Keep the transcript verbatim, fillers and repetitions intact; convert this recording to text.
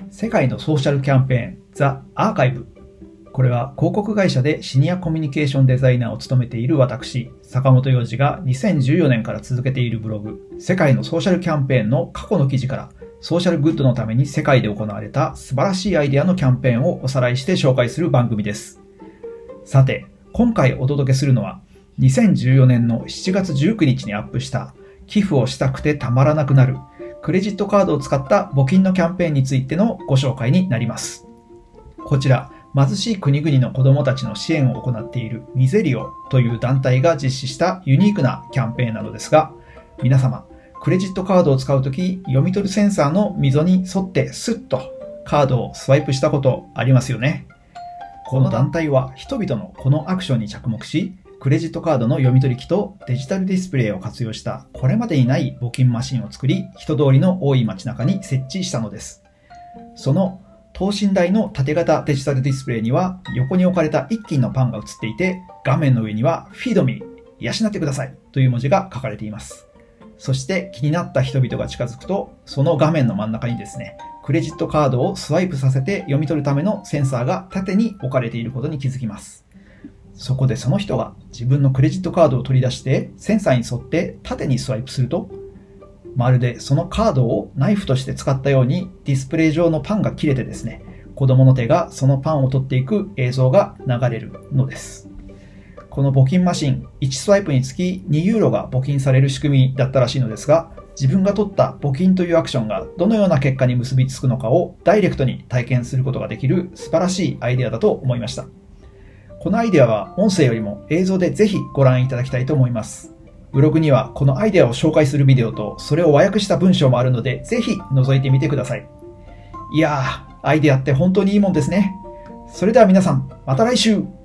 世界のソーシャルキャンペーン The Archive。これは広告会社でシニアコミュニケーションデザイナーを務めている私、坂本洋二がにせんじゅうよねんから続けているブログ、世界のソーシャルキャンペーンの過去の記事からソーシャルグッドのために世界で行われた素晴らしいアイデアのキャンペーンをおさらいして紹介する番組です。さて、今回お届けするのはにせんじゅうよねんのしちがつじゅうくにちにアップした寄付をしたくてたまらなくなるクレジットカードを使った募金のキャンペーンについてのご紹介になります。こちら、貧しい国々の子どもたちの支援を行っているミゼリオという団体が実施したユニークなキャンペーンなのですが、皆様、クレジットカードを使うとき、読み取るセンサーの溝に沿ってスッとカードをスワイプしたことありますよね。この団体は人々のこのアクションに着目し、クレジットカードの読み取り機とデジタルディスプレイを活用したこれまでにない募金マシンを作り、人通りの多い街中に設置したのです。その等身大の縦型デジタルディスプレイには横に置かれた一斤のパンが映っていて、画面の上にはフィードミー、養ってくださいという文字が書かれています。そして気になった人々が近づくと、その画面の真ん中にですね、クレジットカードをスワイプさせて読み取るためのセンサーが縦に置かれていることに気づきます。そこでその人が自分のクレジットカードを取り出してセンサーに沿って縦にスワイプすると、まるでそのカードをナイフとして使ったようにディスプレイ上のパンが切れてですね、子供の手がそのパンを取っていく映像が流れるのです。この募金マシンいちスワイプにつきにユーロが募金される仕組みだったらしいのですが、自分が取った募金というアクションがどのような結果に結びつくのかをダイレクトに体験することができる素晴らしいアイデアだと思いました。このアイデアは音声よりも映像でぜひご覧いただきたいと思います。ブログにはこのアイデアを紹介するビデオとそれを和訳した文章もあるので、ぜひ覗いてみてください。いやー、アイデアって本当にいいもんですね。それでは皆さん、また来週。